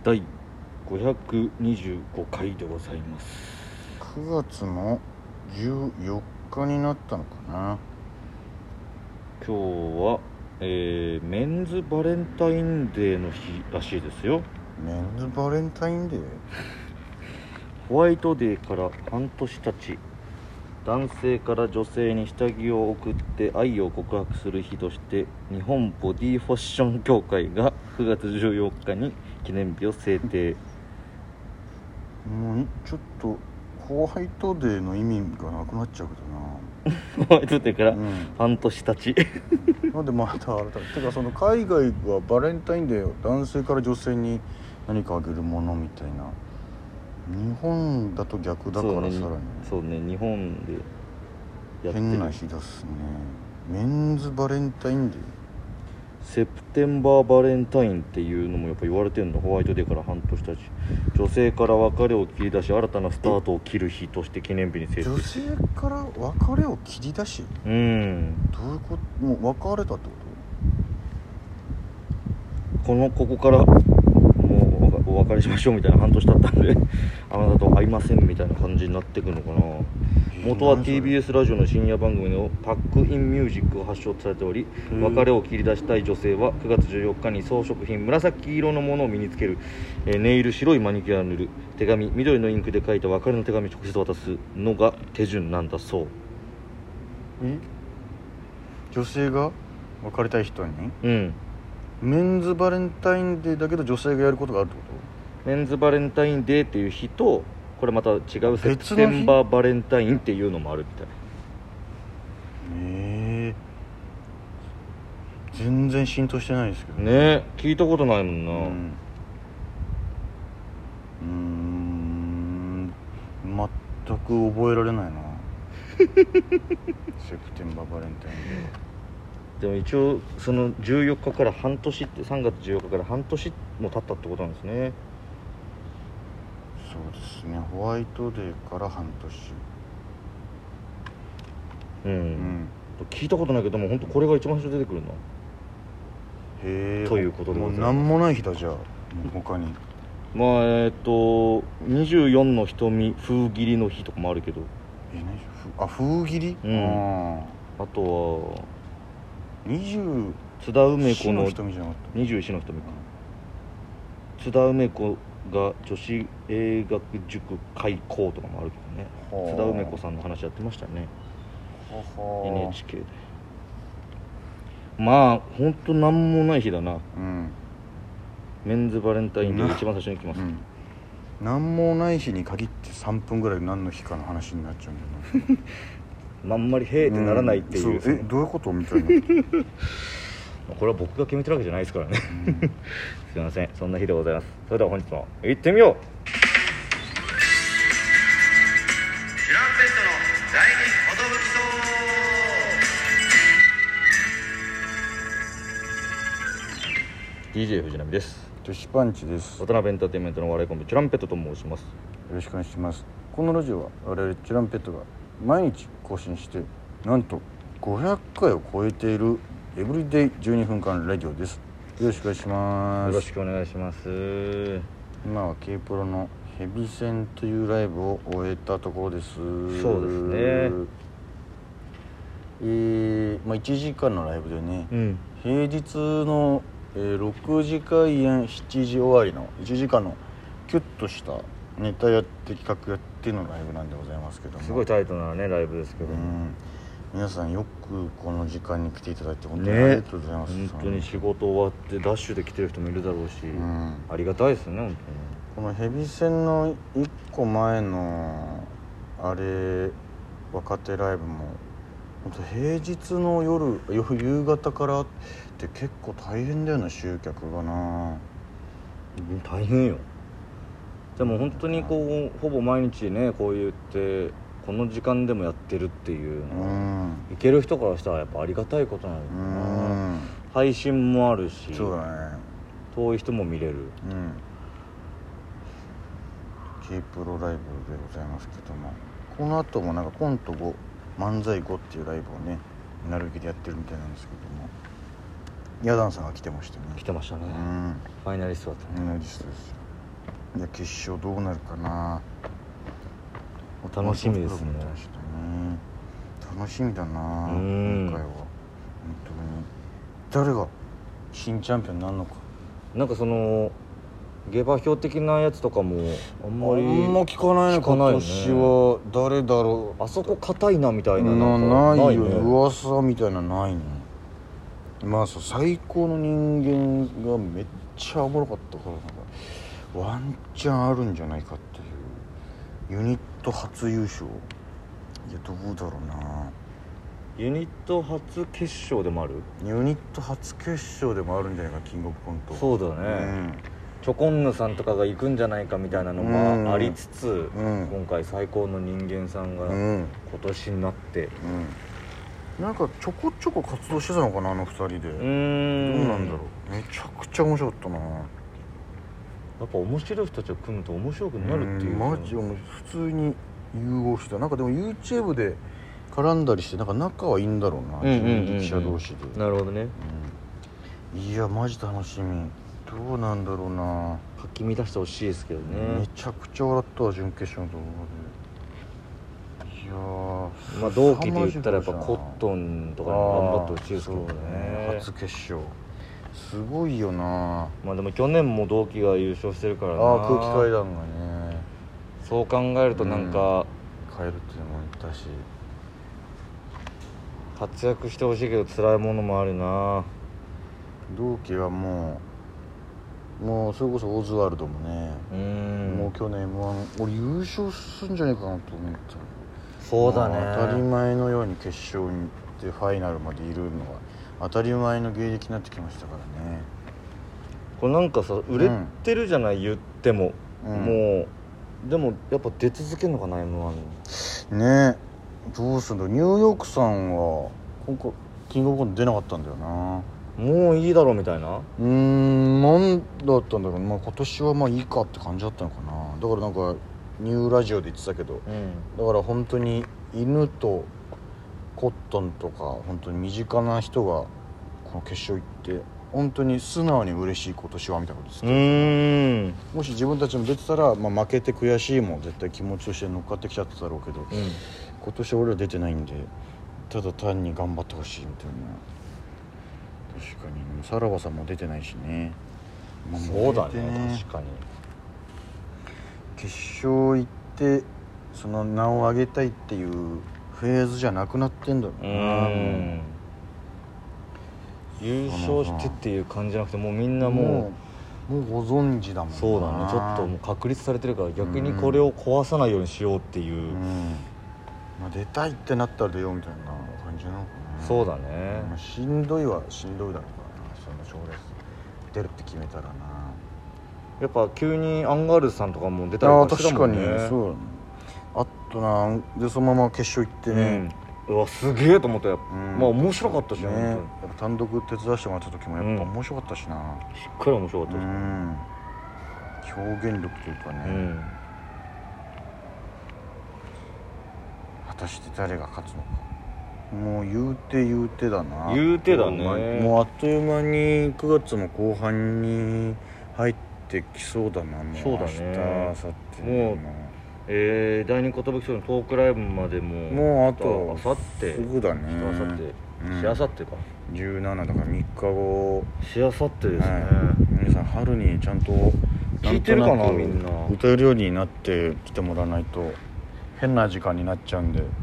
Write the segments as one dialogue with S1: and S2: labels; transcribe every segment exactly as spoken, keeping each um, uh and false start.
S1: だいごひゃくにじゅうごかいでございます。
S2: くがつのじゅうよっかになったのかな。
S1: 今日は、えー、メンズバレンタインデーの日らしいですよ。
S2: メンズバレンタインデー。
S1: ホワイトデーから半年経ち、男性から女性に下着を送って愛を告白する日として日本ボディファッション協会がくがつじゅうよっかに記念日を制定。
S2: もうちょっとホワイトデーの意味がなくなっちゃうけどな
S1: ホワイトデーから
S2: うん
S1: 半年経ち、
S2: なんでまた新たにてかその海外はバレンタインデーを男性から女性に何かあげるものみたいな、日本だと逆だからさらに
S1: そうね、日本でやってる
S2: 変な日だっすね。メンズバレンタインデー、
S1: セプテンバーバレンタインっていうのもやっぱ言われてるの。ホワイトデーから半年経ち、女性から別れを切り出し新たなスタートを切る日として記念日に制定。
S2: 女性から別れを切り出し、
S1: うん
S2: どういうこと？もう別れたってこ
S1: このここからもうお別れしましょうみたいな、半年経ったんであなたと会いませんみたいな感じになってくるのかな。
S2: と？
S1: 元は ティービーエス ラジオの深夜番組のパックインミュージックを発祥とされており、別れを切り出したい女性はくがつじゅうよっかに装飾品紫色のものを身につける、えー、ネイル白いマニキュアを塗る、手紙緑のインクで書いた別れの手紙を直接渡すのが手順なんだそう。
S2: え女性が別れたい人に
S1: うん
S2: メンズバレンタインデーだけど女性がやることがあるってこ
S1: メンズバレンタインデーっていう日と、これまた違うセプテンバーバレンタインっていうのもあるみたい。
S2: と？えー、全然浸透してないですけど
S1: ね、聞いたことないもんな。
S2: うんうーん全く覚えられないなセプテンバーバレンタインデーは。
S1: でも一応そのじゅうよっかから半年って、さんがつじゅうよっかから半年も経ったってことなんですね。
S2: そうですね、ホワイトデーから半年。
S1: うん、
S2: うん、
S1: 聞いたことないけども、本当これが一番最初出てくるな。
S2: へえ。
S1: ということでございます。
S2: もう何もない日だじゃあ、もう他に。
S1: まあえっとにじゅうよんの瞳風切りの日とかもあるけど、
S2: えねふあ風切り、
S1: うん、
S2: あ
S1: あとは
S2: にじゅう
S1: 津田梅子の
S2: の瞳じゃなかった
S1: にじゅういちの瞳か、津田梅子が女子英学塾開校とかもあるけどね。津田梅子さんの話やってましたね、
S2: はは
S1: エヌエイチケー で。まあほんと何もない日だな。
S2: うん
S1: メンズバレンタインデー一番最初に来ます、
S2: うん、何もない日に限ってさんぷんぐらい何の日かの話になっちゃうんだよな
S1: まあんまりへーってならないっていう、
S2: ん、そうえどういうことみたいな
S1: これは僕が決めてるわけじゃないですからね、
S2: うん、
S1: すいません、そんな日でございます。それでは本日も行ってみよう。
S3: チュランペットの第二寿そう。
S1: ディージェー 藤波です。
S2: トシパンチです。
S1: 渡辺エンターテインメントの笑いコンビチュランペットと申します。
S2: よろしくお願いします。このラジオは我々チュランペットが毎日更新してなんとごひゃっかいを超えているエブリデイじゅうにふんかんラジオです。よろしくお願いします。
S1: よろしくお願いします。
S2: 今は K プロのヘビ戦というライブを終えたところです。
S1: そうですね。
S2: えーまあ、いちじかんのライブでね、
S1: うん、
S2: 平日の、えー、ろくじ開演しちじ終わりのいちじかんのキュッとしたネタやって企画やってのライブなんでございますけども、
S1: すごいタイトなねライブですけど、
S2: うん、皆さんよくこの時間に来ていただいて本当に
S1: ね、
S2: ありがとうございます。
S1: 本当に仕事終わってダッシュで来てる人もいるだろうし、
S2: うん、
S1: ありがたいですね本
S2: このヘビ戦のいっこまえのあれ若手ライブも本当平日の夜夕方からって結構大変だよな、集客がな。
S1: 当に大変よ。でも本当にこうほぼ毎日ねこう言ってこの時間でもやってるっていうのは、うん、行ける人からしたらやっぱありがたいことなのかな、うん、配信もあるし、
S2: そうだね、
S1: 遠い人も見れる、うん、
S2: K プロライブでございますけども、この後もなんかコントご漫才ごっていうライブをねなるべきでやってるみたいなんですけども、ヤダンさんが来てましたね。
S1: 来てましたね、うん、ファイナリストだったね。
S2: ファイナリストですよ。 いや決勝どうなるかな。
S1: 楽しみですね。
S2: 楽しみだな。
S1: うん
S2: 今回は本当に誰が新チャンピオンになるのか。
S1: なんかその下馬評的なやつとかもあんまり
S2: あんま聞かないね。
S1: 聞かないよね
S2: 今年は誰だろう。
S1: あそこ硬いなみたいな
S2: な
S1: なんか
S2: ないよ、
S1: ね
S2: 噂みたいなのないね。まあそう最高の人間がめっちゃおもろかったからなんかワンチャンあるんじゃないかっていうユニット初優勝。いやどうだろうな。
S1: ユニット初決勝でもある。
S2: ユニット初決勝でもあるんじゃないかキングオブコント。
S1: そうだね、チョコンヌさんとかが行くんじゃないかみたいなの
S2: うん
S1: もありつつ、
S2: うん
S1: 今回最高の人間さんが
S2: うん、うん
S1: 今年になって
S2: うん、なんかちょこちょこ活動してたのかなあのふたりで。
S1: う
S2: どう
S1: ーん
S2: なんだろう。めちゃくちゃ面白かったな。
S1: やっぱ面白い人たちが組むと面白くなるっていう、
S2: んマジ面白い。普通に融合してた。なんかでも YouTube で絡んだりしてなんか仲はいいんだろうな、
S1: うんうんうんうん
S2: 人力車同士で。
S1: なるほどね。
S2: うん、いやマジ楽しみ。どうなんだろうな。
S1: かき乱してほしいですけど
S2: め
S1: ね。
S2: ちゃくちゃ笑ったわ準決勝の動画で。いやー
S1: まあ同期で言ったらやっぱコットンとかにも頑張ってほしいですけどね。
S2: あーそうね初決勝すごいよな。
S1: まあでも去年も同期が優勝してるからな。
S2: ああ空気階段がね
S1: そう考えるとなんか、
S2: 変えるっていうのも言ったし、
S1: 活躍してほしいけど辛いものもあるな。
S2: 同期はもうもうそれこそオズワルドもね、
S1: うーん
S2: もう去年 エムワン 俺優勝するんじゃないかなと思った。
S1: そうだね。
S2: もう当たり前のように決勝にでファイナルまでいるのが当たり前の芸歴になってきましたからね。
S1: これなんかさ売れてるじゃない、言っても、
S2: うん
S1: もうでもやっぱ出続けるのかな エムワン に。
S2: ねえどうすんだ。ニューヨークさんは今回キングオブコント出なかったんだよな。
S1: もういいだろうみたいな。
S2: うーんなんだったんだろう、まあ、今年はまあいいかって感じだったのかな。だからなんかニューラジオで言ってたけど、
S1: うん
S2: だから本当に犬とコットンとか本当に身近な人がこの決勝行って本当に素直に嬉しい今年はみたいなことです
S1: う
S2: けど、
S1: ーん
S2: もし自分たちも出てたら、まあ、負けて悔しいも絶対気持ちとして乗っかってきちゃっただろうけど、
S1: うん
S2: 今年は俺ら出てないんでただ単に頑張ってほしいみたいな。確かにさらばさんも出てないしね、まあ
S1: そうだ
S2: 出て
S1: ね確かに。
S2: 決勝行ってその名を上げたいっていうフェーズじゃなくなってんだろう
S1: う
S2: な。
S1: ーん優勝してっていう感じじゃなくてもうみんなも
S2: もうもうご存知だもんな。
S1: うそうだねちょっともう確立されてるから逆にこれを壊さないようにしようっていう、
S2: うん、まあ、出たいってなったら出ようみたいな感じなのかな。
S1: そうだね
S2: まあ、しんどいはしんどいだろうからなその賞レース出るって決めたらな。
S1: やっぱ急にアンガールズさんとかも出た
S2: ああ
S1: りとかして
S2: 確かに
S1: たもんね。
S2: そうだね。あとなでそのまま決勝行ってね、
S1: うん、うわすげえと思ったよ、
S2: うん
S1: まあ面白かったしね
S2: ねやっ
S1: 本
S2: ぱ単独手伝わせてもらった時もやっぱ面白かったしな、
S1: 当にしっかり面白かった
S2: う
S1: です、
S2: ん、表現力というかね、
S1: うん
S2: 果たして誰が勝つのか。もう言うて言うてだな。
S1: 言うてだね
S2: もうもうあっという間にくがつも後半に入ってきそうだな。もう
S1: そうだね
S2: 明日明後日
S1: もうえー、第二寿賞のトークライブまでもう
S2: もうあと
S1: あさって
S2: すぐだね。
S1: あさって
S2: うん
S1: しあさってか
S2: じゅうしちだからみっかご、
S1: しあさってですね、
S2: はい、皆さん春にちゃんと
S1: 聞いてるかな
S2: なんとく
S1: みんな
S2: 歌えるようになってきてもらわないと変な時間になっちゃうんで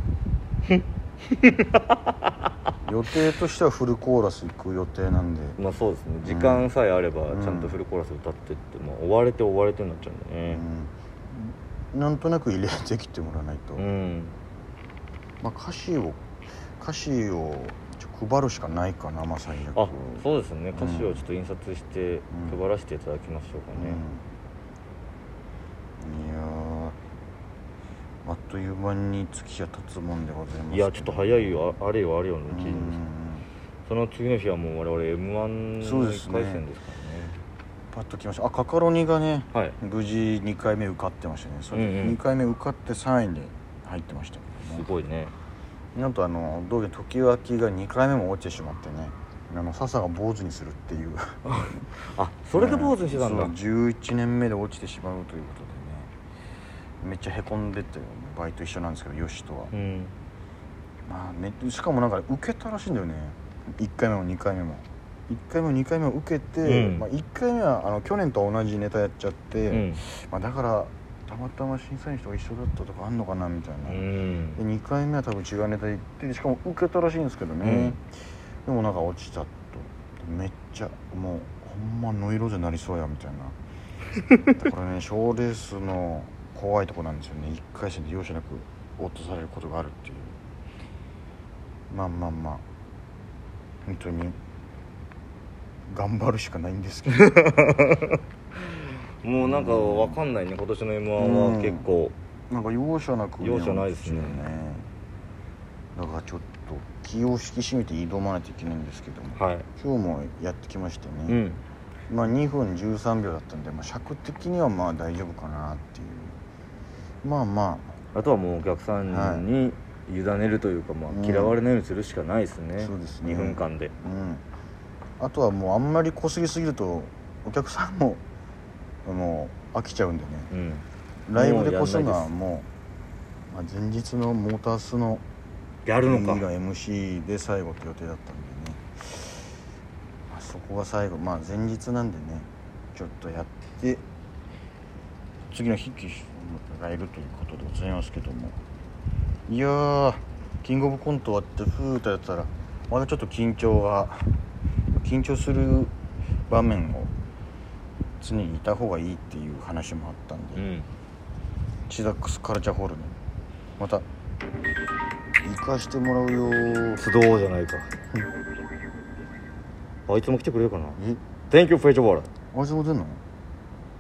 S2: 予定としてはフルコーラス行く予定なんで、
S1: まあそうですね時間さえあれば
S2: うん
S1: ちゃんとフルコーラス歌ってって、まあ、追われて追われてになっちゃうんでね
S2: うん、なんとなく入れてきてもらわないと、
S1: うん、
S2: まあ、歌詞を歌詞をちょ配るしかないかな、まあ、最悪。
S1: あそうですね歌詞
S2: うん
S1: をちょっと印刷して
S2: うん
S1: 配らせていただきましょうかね、
S2: うん、いやーあっという間に月が経つもんでございます。
S1: いやちょっと早いよああれよあれよのうちに、
S2: うん
S1: その次の日はもう我々 エムワン の
S2: そうで
S1: いっ
S2: すね
S1: かい戦ですか
S2: パッときました。あカカロニがね
S1: らねはい
S2: 無事にかいめ受かってましたね。それ
S1: うんうん
S2: にかいめ受かってさんいに入ってましたけども、
S1: すごいね
S2: なんとあの道元時脇がにかいめも落ちてしまってね、 あの笹が坊主にするっていう
S1: あ、それで坊主にしてたんだ、
S2: そうじゅういちねんめで落ちてしまうということでね、めっちゃへこんでて、バイト一緒なんですけど、ヨシとは、
S1: うん、
S2: まあめしかもなんか受けたらしいんだよね、いっかいめもにかいめもいっかいめもにかいめも受けて、
S1: うん、
S2: まあ、いっかいめはあの去年と同じネタやっちゃって、
S1: うん、
S2: まあ、だからたまたま審査員と一緒だったとかあんのかなみたいな、
S1: うん、
S2: でにかいめは多分違うネタ行ってしかも受けたらしいんですけどね、うん、でもなんか落ちたと、めっちゃもうほんまノイローゼになりそうやみたいなこれね賞レースの怖いとこなんですよね、いっかい戦で容赦なく落とされることがあるっていう。まあまあまあ本当に頑張るしかないんですけど
S1: もうなんかわかんないね、今年の エムワン は結構、
S2: うん、なんか容赦なく、ね、
S1: 容赦ないですね。
S2: だからちょっと気を引き締めて挑まないといけないんですけども、
S1: はい、
S2: 今日もやってきましてね、
S1: うん、
S2: まあにふんじゅうさんびょうだったんで、まあ、尺的にはまあ大丈夫かなっていう、まあま
S1: あとはもうお客さんに委ねるというか、まあ、嫌われないようにするしかないですね、
S2: うん、そうですね、
S1: にふんかんで、
S2: うん、あとはもうあんまり濃すぎすぎるとお客さんももう飽きちゃうんでね、うん、ライブでこすのはもう、まあ、前日のモータースの
S1: やるのか
S2: エムシー で最後って予定だったんでね、まあ、そこが最後、まあ前日なんでねちょっとやって次の日ライブということでございますけども、いやーキングオブコント終わってふーっとやったらまだちょっと緊張が緊張する場面を常にいた方がいいっていう話もあったんで、うん、チダックスカルチャーホールにまた行かしてもらうよ。
S1: 集おうじゃないかあいつも来てくれるかな。 Thank you for your water。
S2: あいつも出んの？